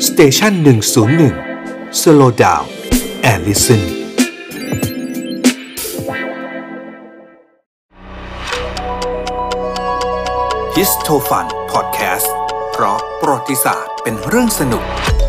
สเตชัน101 Slow Down and Listen Histovan Podcast เพราะประวัติศาสตร์เป็นเรื่องสนุก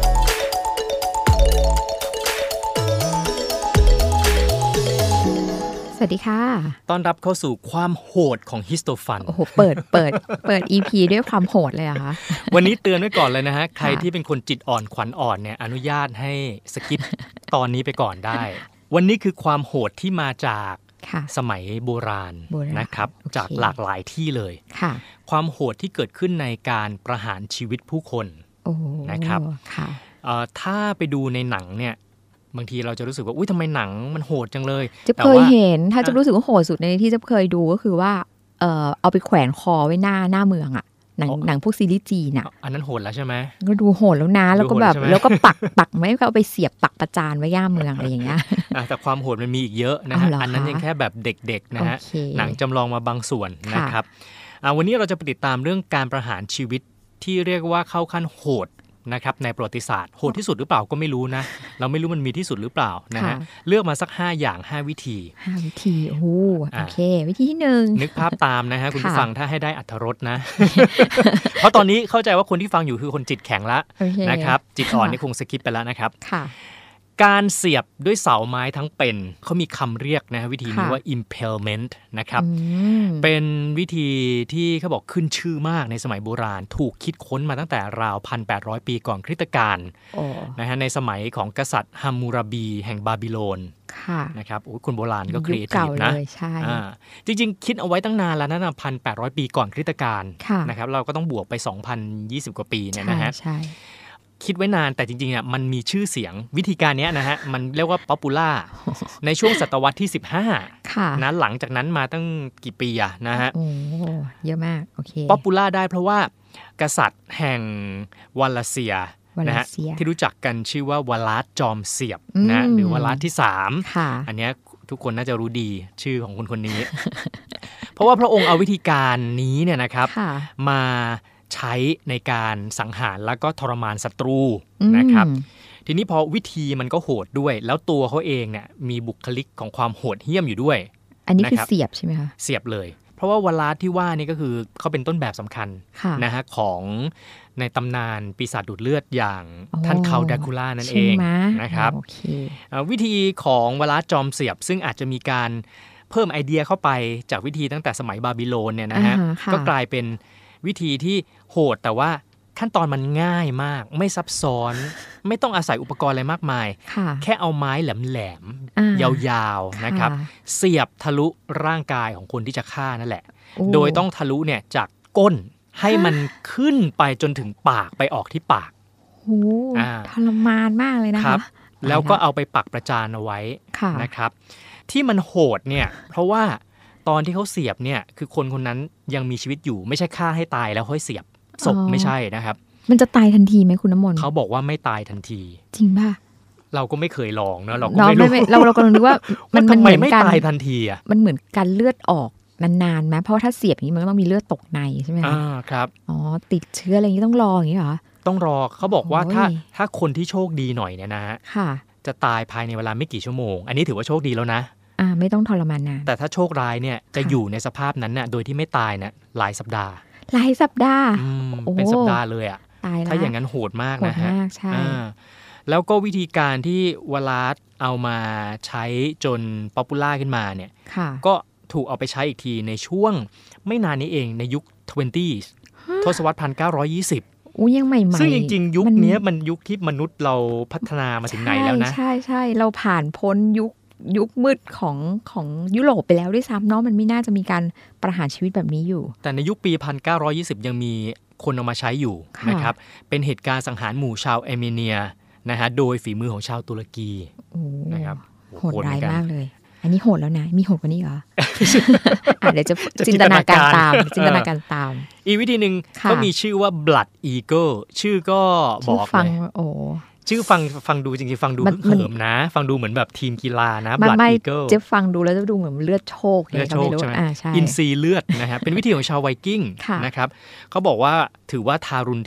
สวัสดีค่ะต้อนรับเข้าสู่ความโหดของ Histovan โอ้โหเปิด EP ด้วยความโหดเลยเหรอคะวันนี้เตือนไว้ก่อนเลยนะฮะ ใครที่เป็นคนจิตอ่อนขวัญอ่อนเนี่ยอนุญาตให้สกิปตอนนี้ไปก่อนได้ วันนี้คือความโหดที่มาจากสมัยโบราณนะครับจากหลากหลายที่เลยความโหดที่เกิดขึ้นในการประหารชีวิตผู้คนนะครับถ้าไปดูในหนังเนี่ยบางทีเราจะรู้สึกว่าอุ๊ยทำไมหนังมันโหดจังเลยจะเคยเห็นถ้าจะรู้สึกว่าโหดสุดในที่จะเคยดูก็คือว่าเอาไปแขวนคอไว้หน้าเมืองอ่ะหนังพวกซีรีส์จีนน่ะอันนั้นโหดแล้วใช่ไหมก็ดูโหดแล้วนะแล้วก็แบบแล้วก็ปักไม่ก็เอาไปเสียบปักประจานไว้ย่าเมืองอะไรอย่างเงี้ยแต่ความโหดมันมีอีกเยอะนะฮะอันนั้นยังแค่แบบเด็กๆนะฮะหนังจำลองมาบางส่วนนะครับวันนี้เราจะไปติดตามเรื่องการประหารชีวิตที่เรียกว่าเข้าขั้นโหดนะครับในประวัติศาสตร์โหดที่สุดหรือเปล่าก็ไม่รู้นะเราไม่รู้มันมีที่สุดหรือเปล่านะฮะเลือกมาสัก5อย่าง5วิธีโอ้โอเควิธีที่1 นึกภาพตามนะฮะคุณผู้ฟังถ้าให้ได้อรรถรสนะ เพราะตอนนี้เข้าใจว่าคนที่ฟังอยู่คือคนจิตแข็งละนะครับจิตอ่อนนี่คงสกิปไปแล้วนะครับการเสียบด้วยเสาไม้ทั้งเป็นเขามีคำเรียกนะวิธีนี้ว่า impalement นะครับเป็นวิธีที่เขาบอกขึ้นชื่อมากในสมัยโบราณถูกคิดค้นมาตั้งแต่ราว 1,800 ปีก่อนคริสตกาลนะฮะในสมัยของกษัตริย์ฮัมมูราบีแห่งบาบิโลนนะครับโอ้คนโบราณก็ครีเอทีฟนะจริงๆคิดเอาไว้ตั้งนานแล้วนะ 1,800 ปีก่อนคริสตกาลนะครับเราก็ต้องบวกไป 2,020 กว่าปีเนี่ยนะฮะคิดไว้นานแต่จริงๆอ่ะมันมีชื่อเสียงวิธีการนี้นะฮะมันเรียกว่าป๊อปปูล่าในช่วงศตวรรษที่15นะหลังจากนั้นมาตั้งกี่ปีอ่ะนะฮะโอ้เยอะมากโอเคป๊อปปูล่าได้เพราะว่ากษัตริย์แห่งวาลาเซียนะฮะที่รู้จักกันชื่อว่าวาลาสจอมเสียบนะหรือวาลาสที่3อันนี้ทุกคนน่าจะรู้ดีชื่อของคนนี้ เพราะว่าพระองค์เอาวิธีการนี้เนี่ยนะครับมาใช้ในการสังหารแล้วก็ทรมานศัตรูนะครับทีนี้พอวิธีมันก็โหดด้วยแล้วตัวเขาเองเนี่ยมีบุคลิกของความโหดเหี้ยมอยู่ด้วยอันนี้คือเสียบใช่ไหมคะเสียบเลยเพราะว่าวาลาสที่ว่านี่ก็คือเขาเป็นต้นแบบสำคัญนะฮะของในตำนานปีศาจดูดเลือดอย่างท่านคาลแดคูล่านั่นเองนะครับวิธีของวาลาสจอมเสียบซึ่งอาจจะมีการเพิ่มไอเดียเข้าไปจากวิธีตั้งแต่สมัยบาบิโลนเนี่ยนะฮะก็กลายเป็นวิธีที่โหดแต่ว่าขั้นตอนมันง่ายมากไม่ซับซ้อนไม่ต้องอาศัยอุปกรณ์อะไรมากมายแค่เอาไม้แหลมๆยาวๆนะครับเสียบทะลุร่างกายของคนที่จะฆ่านั่นแหละโดยต้องทะลุเนี่ยจากก้นให้มันขึ้นไปจนถึงปากไปออกที่ปากทรมานมากเลยนะคะแล้วก็เอาไปปักประจานเอาไว้นะครับที่มันโหดเนี่ยเพราะว่าตอนที่เขาเสียบเนี่ยคือคนคนนั้นยังมีชีวิตอยู่ไม่ใช่ฆ่าให้ตายแล้วค่อยเสียบศพไม่ใช่นะครับมันจะตายทันทีไหมคุณน้ำมนต์เขาบอกว่าไม่ตายทันทีจริงป่ะเราก็ไม่เคยลองนะเราก็ไม่รู้เรากำลังนึกว่ามันเหมือนไม่ตายทันทีอ่ะมันเหมือนการเลือดออกนานๆไหมเพราะถ้าเสียบอย่างนี้มันก็ต้องมีเลือดตกในใช่ไหมครับติดเชื้ออะไรอย่างนี้ต้องรออย่างนี้เหรอต้องรอเขาบอกว่าถ้าคนที่โชคดีหน่อยเนี่ยนะฮะจะตายภายในเวลาไม่กี่ชั่วโมงอันนี้ถือว่าโชคดีแล้วนะไม่ต้องทรมานนานแต่ถ้าโชคร้ายเนี่ยจะอยู่ในสภาพนั้นน่ะโดยที่ไม่ตายนะหลายสัปดาห์เป็นสัปดาห์เลยอ่ะถ้าอย่างนั้นโหดมากนะฮะใช่แล้วก็วิธีการที่วาลาสเอามาใช้จนป๊อปปูล่าขึ้นมาเนี่ยก็ถูกเอาไปใช้อีกทีในช่วงไม่นานนี้เองในยุค 20s ทศวรรษ 1920 ยังใหม่ๆซึ่งจริงๆยุคนี้มันยุคที่มนุษย์เราพัฒนามาถึงไหนแล้วนะใช่เราผ่านพ้นยุคมืดของยุโรปไปแล้วด้วยซ้ำเนาะมันไม่น่าจะมีการประหารชีวิตแบบนี้อยู่แต่ในยุคปี 1920 ยังมีคนเอามาใช้อยู่นะครับเป็นเหตุการณ์สังหารหมู่ชาวเอร์เมเนียนะฮะโดยฝีมือของชาวตุรกีนะครับโหดร้ายมากเลยอันนี้โหดแล้วนะมีโหดกว่านี้เหรอ เดี๋ยวจะจินตนาการตามอีกวิธีนึงก็มีชื่อว่า Blood Eagle ชื่อก็บอกเลยชื่อฟังดูจริงๆฟังดูเหิมนะฟังดูเหมือนแบบทีมกีฬานะ Blood Eagle จะฟังดูแล้วจะดูเหมือนเลือดโชคใช่ไหมอินทรีเลือดนะฮะเป็นวิธีของชาวไวกิ้งนะครับเขาบอกว่าถือว่าทารุณที่สุด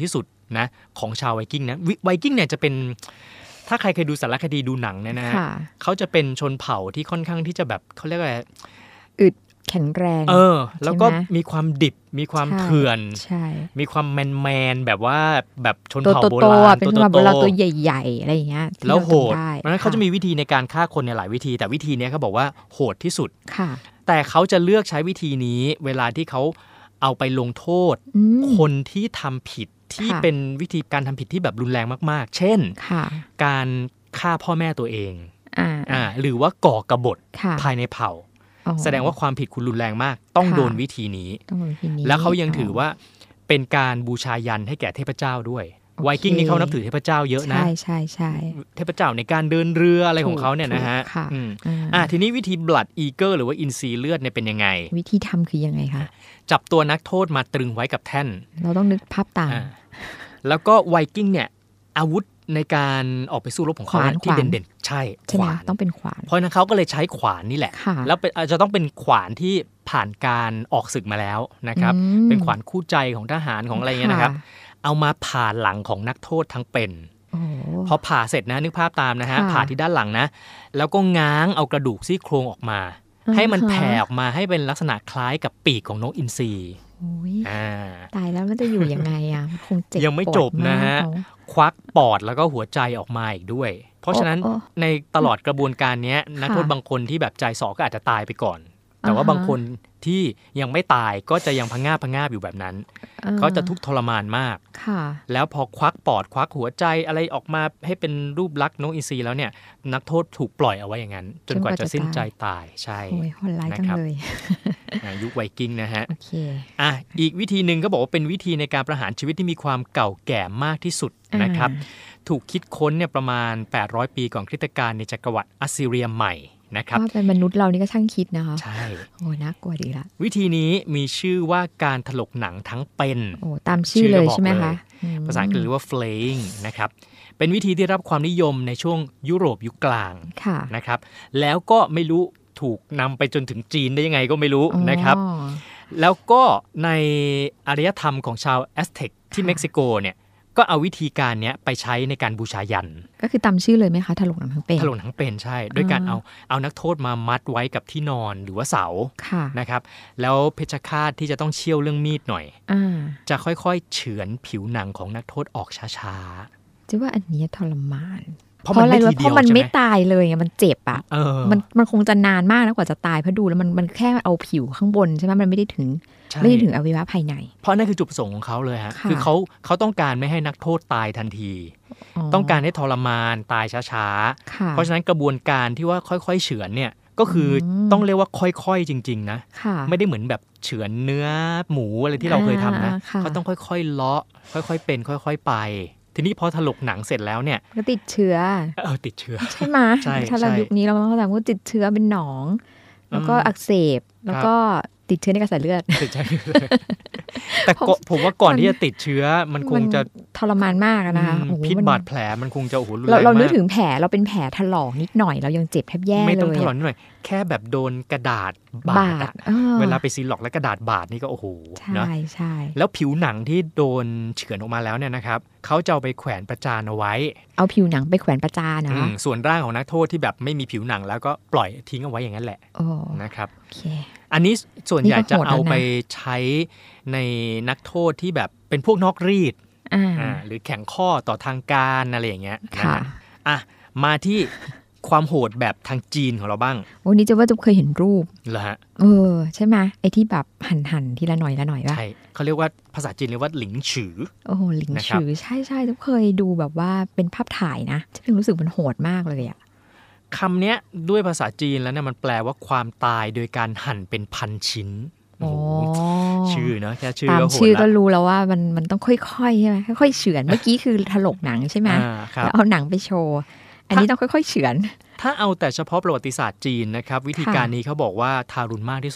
นะของชาวไวกิ้งนะไวกิ้งเนี่ยจะเป็นถ้าใครเคยดูสารคดีดูหนังเนี่ยนะเขาจะเป็นชนเผ่าที่ค่อนข้างที่จะแบบเขาเรียกว่าอึดแข็งแรงแล้วก็มีความดิบมีความเถื่อนมีความแมนแบบว่าแบบชนเผ่าโบราณเป็นชนเผ่าโบราณตัวใหญ่ๆอะไรอย่างเงี้ยแล้วโหดเพราะฉะนั้นเขาจะมีวิธีในการฆ่าคนในหลายวิธีแต่วิธีนี้เขาบอกว่าโหดที่สุดแต่เขาจะเลือกใช้วิธีนี้เวลาที่เขาเอาไปลงโทษคนที่ทำผิดที่เป็นวิธีการทำผิดที่แบบรุนแรงมากๆเช่นการฆ่าพ่อแม่ตัวเองหรือว่าก่อกบฏภายในเผ่าแสดงว่าความผิดคุณรุนแรงมากต้องโดนวิธีนี้แล้วเขายังถือว่าเป็นการบูชายันให้แก่เทพเจ้าด้วยไวกิ้งนี่เขานับถือเทพเจ้าเยอะนะใช่เทพเจ้าในการเดินเรืออะไรของเขาเนี่ยนะฮะทีนี้วิธี blood eagle หรือว่าอินทรีเลือดเนี่ยเป็นยังไงวิธีทำคือยังไงคะจับตัวนักโทษมาตรึงไว้กับแท่นเราต้องนึกภาพตามแล้วก็ไวกิ้งเนี่ยอาวุธในการออกไปสู้รบของเขาที่เด่นๆใช่ขวานต้องเป็นขวานเพราะนั้นเขาก็เลยใช้ขวานนี่แหละแล้วอาจจะต้องเป็นขวานที่ผ่านการออกศึกมาแล้วนะครับเป็นขวานคู่ใจของทหารของอะไรเงี้ยนะครับเอามาผ่าหลังของนักโทษทั้งเป็นพอผ่าเสร็จนะนึกภาพตามนะฮะผ่าที่ด้านหลังนะแล้วก็ง้างเอากระดูกซี่โครงออกมาให้มันแผ่ออกมาให้เป็นลักษณะคล้ายกับปีกของนกอินทรีตายแล้วมันจะอยู่ยังไงอ่ะคงเจ็บยังไม่จบนะฮะควักปอดแล้วก็หัวใจออกมาอีกด้วยเพราะฉะนั้นในตลอดกระบวนการนี้นักโทษบางคนที่แบบใจสอก็อาจจะตายไปก่อนแต่ว่าบางคนที่ยังไม่ตายก็จะยังพะงาบอยู่แบบนั้นเขาจะทุกข์ทรมานมากแล้วพอควักปอดควักหัวใจอะไรออกมาให้เป็นรูปลักษณ์นกอินทรีแล้วเนี่ยนักโทษถูกปล่อยเอาไว้อย่างนั้นจนกว่าจะสิ้นใจตายใช่นะครับยุคไวกิ้งนะฮะอีกวิธีหนึ่งก็บอกว่าเป็นวิธีในการประหารชีวิตที่มีความเก่าแก่มากที่สุดนะครับถูกคิดค้นเนี่ยประมาณ800ปีก่อนคริสตกาลในจักรวรรดิอัสซีเรียใหม่นะครับว่าเป็นมนุษย์เรานี่ก็ช่างคิดนะคะใช่โอ้น่ากลัวดีละวิธีนี้มีชื่อว่าการถลกหนังทั้งเป็นตามชื่อเลยใช่ไหมคะภาษาอังกฤษเรียกว่า flaying นะครับเป็นวิธีที่รับความนิยมในช่วงยุโรปยุคกลางนะครับแล้วก็ไม่รู้ถูกนำไปจนถึงจีนได้ยังไงก็ไม่รู้นะครับแล้วก็ในอารยธรรมของชาวแอสเท็กที่เม็กซิโกเนี่ยก็เอาวิธีการนี้ไปใช้ในการบูชายันก็คือตามชื่อเลยไหมคะถลกหนังทั้งเป็นถลกหนังทั้งเป็นใช่ด้วยการเอานักโทษมามัดไว้กับที่นอนหรือว่าเสานะครับแล้วเพชฌฆาตที่จะต้องเชี่ยวเรื่องมีดหน่อยจะค่อยๆเฉือนผิวหนังของนักโทษออกช้าๆจะว่าอันนี้ทรมานเพราะอะไรเพราะมันไม่ตายเลยมันเจ็บอ่ะมันคงจะนานมากนะกว่าจะตายเพราะดูแล้วมันแค่เอาผิวข้างบนใช่ไหมมันไม่ได้ถึงอวัยวะภายในเพราะนั่นคือจุดประสงค์ของเขาเลยฮะคือเขาต้องการไม่ให้นักโทษตายทันทีต้องการให้ทรมานตายช้าๆเพราะฉะนั้นกระบวนการที่ว่าค่อยๆเฉือนเนี่ยก็คือต้องเรียกว่าค่อยๆจริงๆนะไม่ได้เหมือนแบบเฉือนเนื้อหมูอะไรที่เราเคยทำนะเขาต้องค่อยๆเลาะค่อยๆเป็นค่อยๆไปทีนี้พอถลกหนังเสร็จแล้วเนี่ยก็ติดเชื้อติดเชื้อใช่ไหมถ้าเรายุคนี้เราเข้าใจว่าติดเชื้อเป็นหนองแล้วก็อักเสบแล้วก็ติดเชื้อในกระแสเลือดแต่ผมว่าก่อนที่จะติดเชื้อมันคงจะทรมานมากนะคะพิษบาดแผลมันคงจะโอ้โหรุนแรงมากเรานึกถึงแผลเราเป็นแผลถลอกนิดหน่อยเรายังเจ็บแทบแย่เลยไม่ต้องถลอกนิดหน่อยแค่แบบโดนกระดาษบาดเวลาไปซีล็อกแล้วกระดาษบาดนี่ก็โอ้โหเนาะใช่แล้วผิวหนังที่โดนเฉือนออกมาแล้วเนี่ยนะครับเขาจะเอาไปแขวนประจานเอาไว้เอาผิวหนังไปแขวนประจานนะส่วนร่างของนักโทษที่แบบไม่มีผิวหนังแล้วก็ปล่อยทิ้งเอาไว้อย่างนั้นแหละนะครับอันนี้ส่วนใหญ่จะเอาไปใช้ในนักโทษที่แบบเป็นพวกนอกรีดหรือแข็งข้อต่อทางการอะไรอย่างเงี้ยนะมาที่ความโหดแบบทางจีนของเราบ้างวันนี้จะว่าจะเคยเห็นรูปเหรอฮะใช่ไหมไอ้ที่แบบหั่นทีละหน่อยละหน่อยว่าใช่เขาเรียกว่าภาษาจีนเรียกว่าหลิงฉือหลิงฉือใช่จะเคยดูแบบว่าเป็นภาพถ่ายนะจะรู้สึกมันโหดมากเลยอะคำนี้ด้วยภาษาจีนแล้วเนี่ยมันแปลว่าความตายโดยการหั่นเป็นพันชิ้นชื่อเนาะแค่ชื่อก็โหดละตามชื่อก็รู้แล้วว่ามันต้องค่อยๆใช่ไหมค่อยๆเฉือนเมื่อกี้คือถลกหนังใช่ไหมแล้วเอาหนังไปโชว์อันนี้ต้องค่อยๆเฉือนถ้าเอาแต่เฉพาะประวัติศาสตร์จีนนะครับวิธีการนี้เขาบอกว่าทารุณมากที่สุด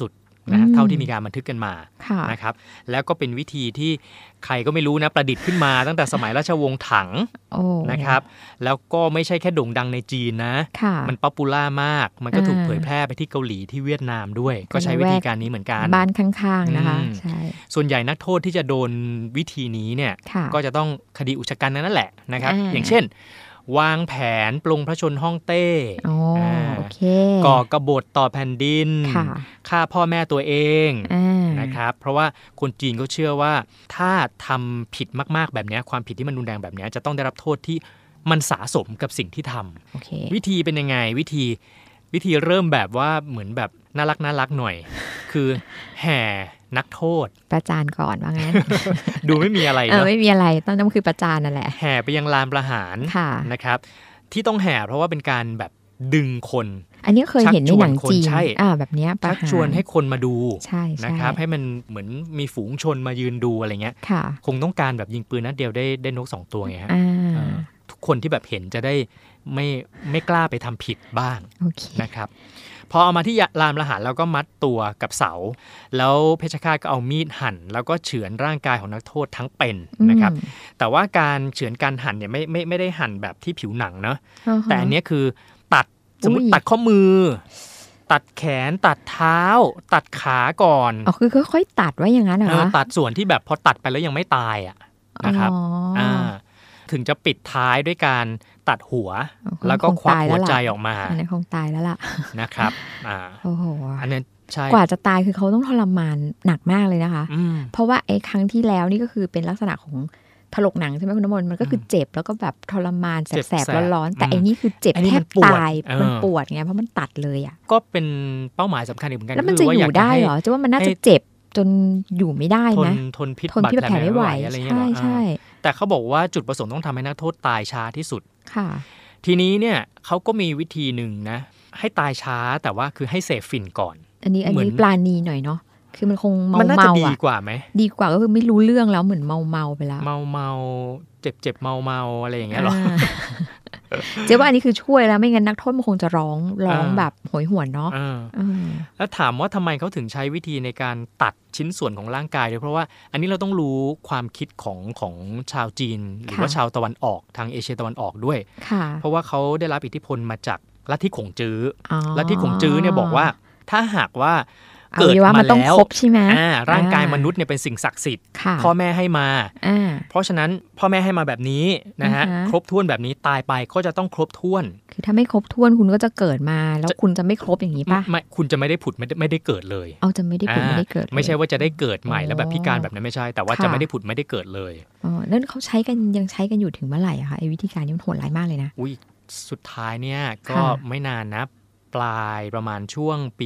นะเท่าที่มีการบันทึกกันมานะครับแล้วก็เป็นวิธีที่ใครก็ไม่รู้นะประดิษฐ์ขึ้นมาตั้งแต่สมัยราชวงศ์ถังนะครับแล้วก็ไม่ใช่แค่โด่งดังในจีนนะมันป๊อปปูล่ามากมันก็ถูกเผยแพร่ไปที่เกาหลีที่เวียดนามด้วยก็ใช้วิธีการนี้เหมือนกันบ้านข้างๆนะคะใช่ส่วนใหญ่นักโทษที่จะโดนวิธีนี้เนี่ยก็จะต้องคดีอุกชะกันนั่นแหละนะครับอย่างเช่นวางแผนปลงพระชนฮ่องเต้ก่อกบฏต่อแผ่นดินฆ่าพ่อแม่ตัวเองนะครับเพราะว่าคนจีนเขาเชื่อว่าถ้าทำผิดมากๆแบบนี้ความผิดที่มันรุนแรงแบบนี้จะต้องได้รับโทษที่มันสะสมกับสิ่งที่ทำวิธีเป็นยังไงวิธีเริ่มแบบว่าเหมือนแบบน่ารักหน่อยคือแห่นักโทษประจานก่อนว่างั้นดูไม่มีอะไรเนาะไม่มีอะไรต้องคือประจานนั่นแหละแห่ไปยังลานประหารนะครับที่ต้องแห่เพราะว่าเป็นการแบบดึงคนอันนี้เคยเห็นในหนังจีนแบบนี้ชักชวนให้คนมาดูนะครับให้มันเหมือนมีฝูงชนมายืนดูอะไรเงี้ยคงต้องการแบบยิงปืนนัดเดียวได้นก2ตัวไงฮะทุกคนที่แบบเห็นจะได้ไม่กล้าไปทำผิดบ้างนะครับพอเอามาที่ลานประหารแล้วก็มัดตัวกับเสาแล้วเพชฌฆาตก็เอามีดหั่นแล้วก็เฉือนร่างกายของนักโทษทั้งเป็นนะครับแต่ว่าการเฉือนการหั่นเนี่ยไม่ได้หั่นแบบที่ผิวหนังเนาะแต่อันนี้คือตัดสมมติตัดข้อมือตัดแขนตัดเท้าตัดขาก่อนคือค่อยๆตัดไว้อย่างนั้นเหรอตัดส่วนที่แบบพอตัดไปแล้วยังไม่ตายนะครับถึงจะปิดท้ายด้วยการตัดหัวแล้วก็ควักหัวใจออกมาอันนี้คงตายแล้วล่ะนะครับโอ้โหอันนั้นใช่กว่าจะตายคือเขาต้องทรมานหนักมากเลยนะคะเพราะว่าไอ้ครั้งที่แล้วนี่ก็คือเป็นลักษณะของถลกหนังใช่ไหมคุณน้ำมนต์มันก็คือเจ็บแล้วก็แบบทรมานแสบๆร้อนๆแต่ไอ้นี่คือเจ็บแทบตายมันปวดไงเพราะมันตัดเลยก็เป็นเป้าหมายสำคัญอีกเหมือนกันแล้วมันจะอยู่ได้เหรอจะว่ามันน่าจะเจ็บจนอยู่ไม่ได้นะทนพิษบาดแผลไม่ไหวอะไรเงี้ยใช่แต่เขาบอกว่าจุดประสงค์ต้องทำให้นักโทษตายช้าที่สุดค่ะทีนี้เนี่ยเขาก็มีวิธีหนึ่งนะให้ตายช้าแต่ว่าคือให้เสพฝิ่นก่อนอันนี้ปลาณีหน่อยเนาะคือมันคงเมามันน่าจะดีกว่าไหมดีกว่าก็คือไม่รู้เรื่องแล้วเหมือนเมาไปแล้วเมาเจ็บเมาอะไรอย่างเงี้ยหรอเจ๊ว่าอันนี้คือช่วยแล้วไม่งั้นนักโทษมันคงจะร้องแบบโหยหวนเนาะแล้วถามว่าทำไมเขาถึงใช้วิธีในการตัดชิ้นส่วนของร่างกายด้วยเพราะว่าอันนี้เราต้องรู้ความคิดของชาวจีนหรือว่าชาวตะวันออกทางเอเชียตะวันออกด้วยเพราะว่าเขาได้รับอิทธิพลมาจากลัทธิขงจื้อลัทธิขงจื้อเนี่ยบอกว่าถ้าหากว่าเกิดมาแล้วร่างกายมนุษย์เนี่ยเป็นสิ่งศักดิ์สิทธิ์พ่อแม่ให้มาเพราะฉะนั้นพ่อแม่ให้มาแบบนี้นะฮะครบถ้วนแบบนี้ตายไปก็จะต้องครบถ้วนคือถ้าไม่ครบถ้วนคุณก็จะเกิดมาแล้วคุณจะไม่ครบอย่างนี้ป่ะไม่คุณจะไม่ได้ผุดไม่ได้เกิดเลยจะไม่ได้ผุดไม่ได้เกิดไม่ใช่ว่าจะได้เกิดใหม่แล้วแบบพิการแบบนั้นไม่ใช่แต่ว่าจะไม่ได้ผุดไม่ได้เกิดเลยแล้วเขาใช้กันยังใช้กันอยู่ถึงเมื่อไหร่อะคะไอ้วิธีการนี้มันโหดร้ายมากเลยนะสุดท้ายเนี่ยก็ไม่นานนะปลายประมาณช่วงปี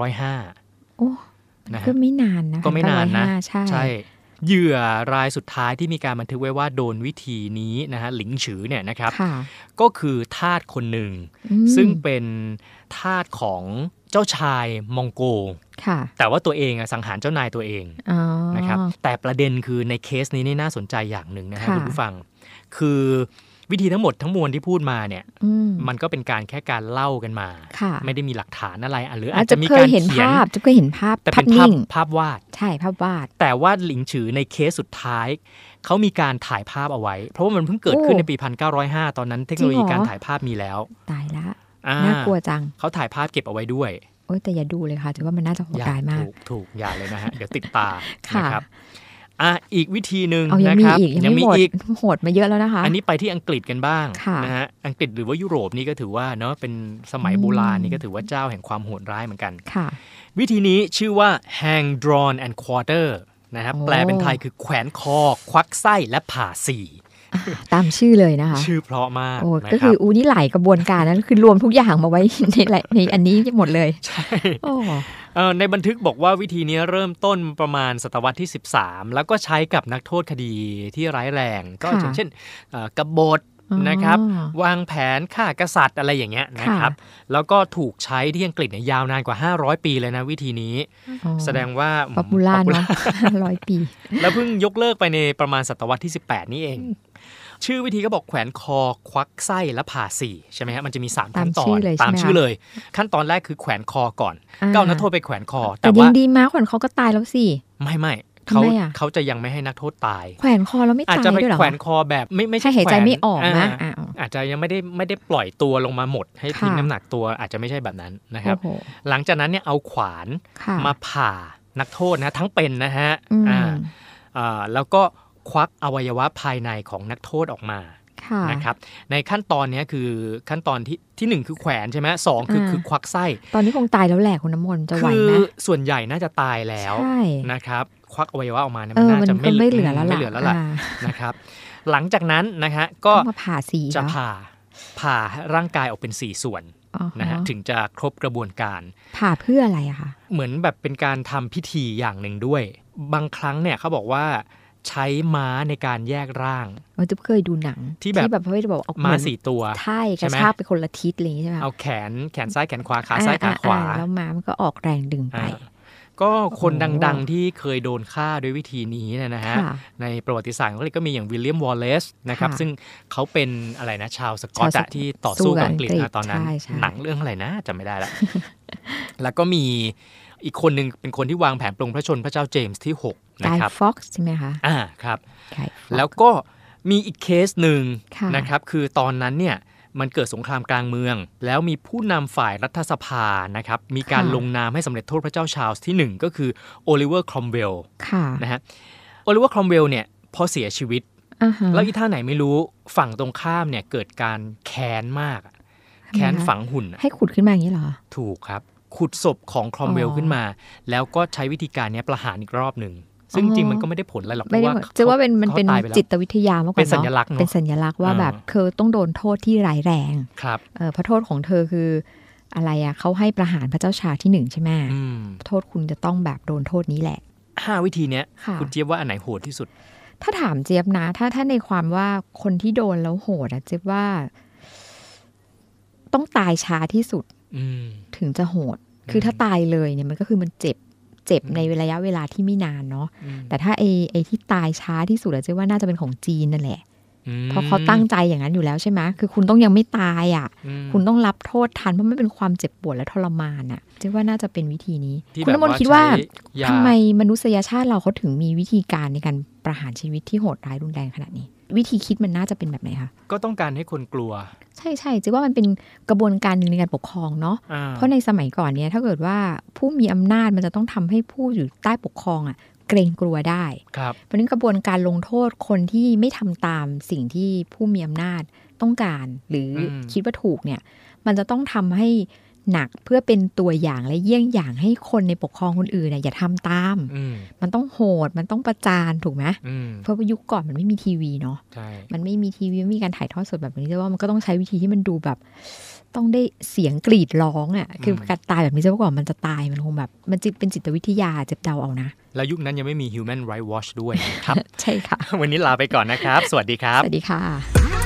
1905 โอ้ก็ไม่นานนะก็ไม่นานนะใช่เหยื่อรายสุดท้ายที่มีการบันทึกไว้ว่าโดนวิธีนี้นะฮะหลิงฉือเนี่ยนะครับก็คือทาสคนหนึ่งซึ่งเป็นทาสของเจ้าชายมองโกแต่ว่าตัวเองสังหารเจ้านายตัวเองนะครับแต่ประเด็นคือในเคสนี้นี่น่าสนใจอย่างหนึ่งนะฮะคุณผู้ฟังคือวิธีทั้งหมดทั้งมวลที่พูดมาเนี่ยมันก็เป็นการแค่การเล่ากันมาไม่ได้มีหลักฐานอะไรหรืออาจจะมีการเขียนจะเคยเห็นภาพแต่เป็นภาพวาดใช่ภาพวาดแต่ว่าหลิงฉือในเคสสุดท้ายเขามีการถ่ายภาพเอาไว้เพราะว่ามันเพิ่งเกิดขึ้นในปี1905ตอนนั้นเทคโนโลยีการถ่ายภาพมีแล้วตายละน่ากลัวจังเขาถ่ายภาพเก็บเอาไว้ด้วยแต่อย่าดูเลยค่ะถือว่ามันน่าจะโหดร้ายมากถูกอย่าเลยนะฮะเดี๋ยวติดตานะครับอีกวิธีหนึ่งนะครับยังมีอีกโหดมาเยอะแล้วนะคะอันนี้ไปที่อังกฤษกันบ้างนะฮะอังกฤษหรือว่ายุโรปนี่ก็ถือว่าเนาะเป็นสมัยโบราณนี่ก็ถือว่าเจ้าแห่งความโหดร้ายเหมือนกันวิธีนี้ชื่อว่า hang drawn and quarter นะครับแปลเป็นไทยคือแขวนคอควักไส้และผ่าสี่ตามชื่อเลยนะคะชื่อเพราะมากก็คือนี่หลายกระบวนการนั้นคือรวมทุกอย่างมาไว้ในอันนี้หมดเลยใช่ในบันทึกบอกว่าวิธีนี้เริ่มต้นประมาณศตวรรษที่13แล้วก็ใช้กับนักโทษคดีที่ร้ายแรงก็เช่นกบฏนะครับวางแผนฆ่ากษัตริย์อะไรอย่างเงี้ยนะครับแล้วก็ถูกใช้ที่อังกฤษเนี่ยยาวนานกว่า500ปีเลยนะวิธีนี้แสดงว่าป๊อปปูล่าเนาะ500 ปีแล้วเพิ่งยกเลิกไปในประมาณศตวรรษที่18นี่เองชื่อวิธีก็บอกแขวนคอควักไส้และผ่าสี่ใช่ไหมฮะมันจะมี3ขั้นตอนตามชื่อเลยขั้นตอนแรกคือแขวนคอก่อนก็เอานักโทษไปแขวนคอแต่ว่าดีมากแขวนคอก็ตายแล้วสิไม่เขาจะยังไม่ให้นักโทษตายแขวนคอแล้วไม่ตายด้วยหรออาจจะไปแขวนคอแบบไม่ใช่หายใจไม่ออกนะอาจจะยังไม่ได้ปล่อยตัวลงมาหมดให้ทิ้งน้ำหนักตัวอาจจะไม่ใช่แบบนั้นนะครับหลังจากนั้นเนี่ยเอาขวานมาผ่านักโทษนะทั้งเป็นนะฮะแล้วก็ควักอวัยวะภายในของนักโทษออกมานะครับในขั้นตอนนี้คือขั้นตอนที่1คือแขวนใช่ไหม2คือควักไส้ตอนนี้คงตายแล้วแหละคุณน้ำมนต์จะไหวไหมส่วนใหญ่น่าจะตายแล้วนะครับควักอวัยวะออกมาเนี่ยมันน่าจะไม่เหลือแล้วล่ะนะครับหลังจากนั้นนะฮะก็จะผ่าร่างกายออกเป็น4ส่วนนะฮะถึงจะครบกระบวนการผ่าเพื่ออะไรอะคะเหมือนแบบเป็นการทำพิธีอย่างหนึ่งด้วยบางครั้งเนี่ยเขาบอกว่าใช้ม้าในการแยกร่างจะเคยดูหนังที่แบบเขาจะบอกเอาม้า4ตัวใช่กระชากไปคนละทิศอะไรอย่างนี้ใช่ไหมเอาแขนซ้ายแขนขวาขาซ้ายขาขวาแล้วม้ามันก็ออกแรงดึงไปก็คนดังๆที่เคยโดนฆ่าด้วยวิธีนี้นะฮะในประวัติศาสตร์ก็มีอย่างวิลเลียมวอลเลซนะครับซึ่งเขาเป็นอะไรนะชาวสกอตต์ที่ต่อสู้กับอังกฤษตอนนั้นหนังเรื่องอะไรนะจำไม่ได้ละแล้วก็มีอีกคนนึงเป็นคนที่วางแผนปลงพระชนพระเจ้าเจมส์ที่6นะครับไกด์ฟ็อกซ์ใช่ไหมคะครับแล้วก็มีอีกเคสหนึ่งนะครับคือตอนนั้นเนี่ยมันเกิดสงครามกลางเมืองแล้วมีผู้นำฝ่ายรัฐสภานะครับมีการลงนามให้สำเร็จโทษพระเจ้าชาร์ลส์ที่1ก็คือโอลิเวอร์ครอมเวลนะฮะโอลิเวอร์ครอมเวลเนี่ยพอเสียชีวิตแล้วอีท่าไหนไม่รู้ฝั่งตรงข้ามเนี่ยเกิดการแค้นมากแค้นฝังหุ่นให้ขุดขึ้นมาอย่างนี้เหรอถูกครับขุดศพของครอมเวลขึ้นมาแล้วก็ใช้วิธีการนี้ประหารอีกรอบหนึ่งซึ่งจริงมันก็ไม่ได้ผลอะไรหรอกเพราะว่าจะว่ามันเป็นจิตวิทยามากกว่าเป็นสัญลักษณ์เป็นสัญลักษณ์ว่าแบบเธอต้องโดนโทษที่ร้ายแรงครับเพราะโทษของเธอคืออะไรอะเขาให้ประหารพระเจ้าชาที่1ใช่ไหมโทษคุณจะต้องแบบโดนโทษนี้แหละ 5วิธีเนี้ยคุณเจี๊ยบว่าอันไหนโหดที่สุดถ้าถามเจี๊ยบนะถ้าในความว่าคนที่โดนแล้วโหดอะเจี๊ยบว่าต้องตายช้าที่สุดถึงจะโหดคือถ้าตายเลยเนี่ยมันก็คือมันเจ็บในระยะเวลาที่ไม่นานเนาะแต่ถ้าไอ้ที่ตายช้าที่สุดเจ๊ว่าน่าจะเป็นของจีนนั่นแหละเพราะเขาตั้งใจอย่างนั้นอยู่แล้วใช่ไหมคือคุณต้องยังไม่ตายอ่ะคุณต้องรับโทษทันเพราะมันเป็นความเจ็บปวดและทรมานอ่ะเจ๊ว่าน่าจะเป็นวิธีนี้คุณน้ำมนต์คิดว่าทำไมมนุษยชาติเราเขาถึงมีวิธีการในการประหารชีวิตที่โหดร้ายรุนแรงขนาดนี้วิธีคิดมันน่าจะเป็นแบบไหนคะก็ต้องการให้คนกลัวใช่เจ๊ว่ามันเป็นกระบวนการหนึ่งในการปกครองเนาะเพราะในสมัยก่อนเนี้ยถ้าเกิดว่าผู้มีอำนาจมันจะต้องทำให้ผู้อยู่ใต้ปกครองอ่ะเกรงกลัวได้เพราะนั้นกระบวนการลงโทษคนที่ไม่ทำตามสิ่งที่ผู้มีอำนาจต้องการหรือคิดว่าถูกเนี่ยมันจะต้องทำให้หนักเพื่อเป็นตัวอย่างและเยี่ยงอย่างให้คนในปกครองคนอื่นเนี่ยอย่าทำตามมันต้องโหดมันต้องประจานถูกไหมเพราะว่ายุคก่อนมันไม่มีทีวีเนาะมันไม่มีทีวีไม่มีการถ่ายทอดสดแบบนี้แต่ว่ามันก็ต้องใช้วิธีที่มันดูแบบต้องได้เสียงกรีดร้องอ่ะคือการตายแบบนี้จะว่าก่อนมันจะตายมันคงแบบมันเป็นจิตวิทยาเจ็บเดาเอานะแล้วยุคนั้นยังไม่มี Human Rights Watch ด้วยครับใช่ค่ะวันนี้ลาไปก่อนนะครับสวัสดีครับสวัสดีค่ะ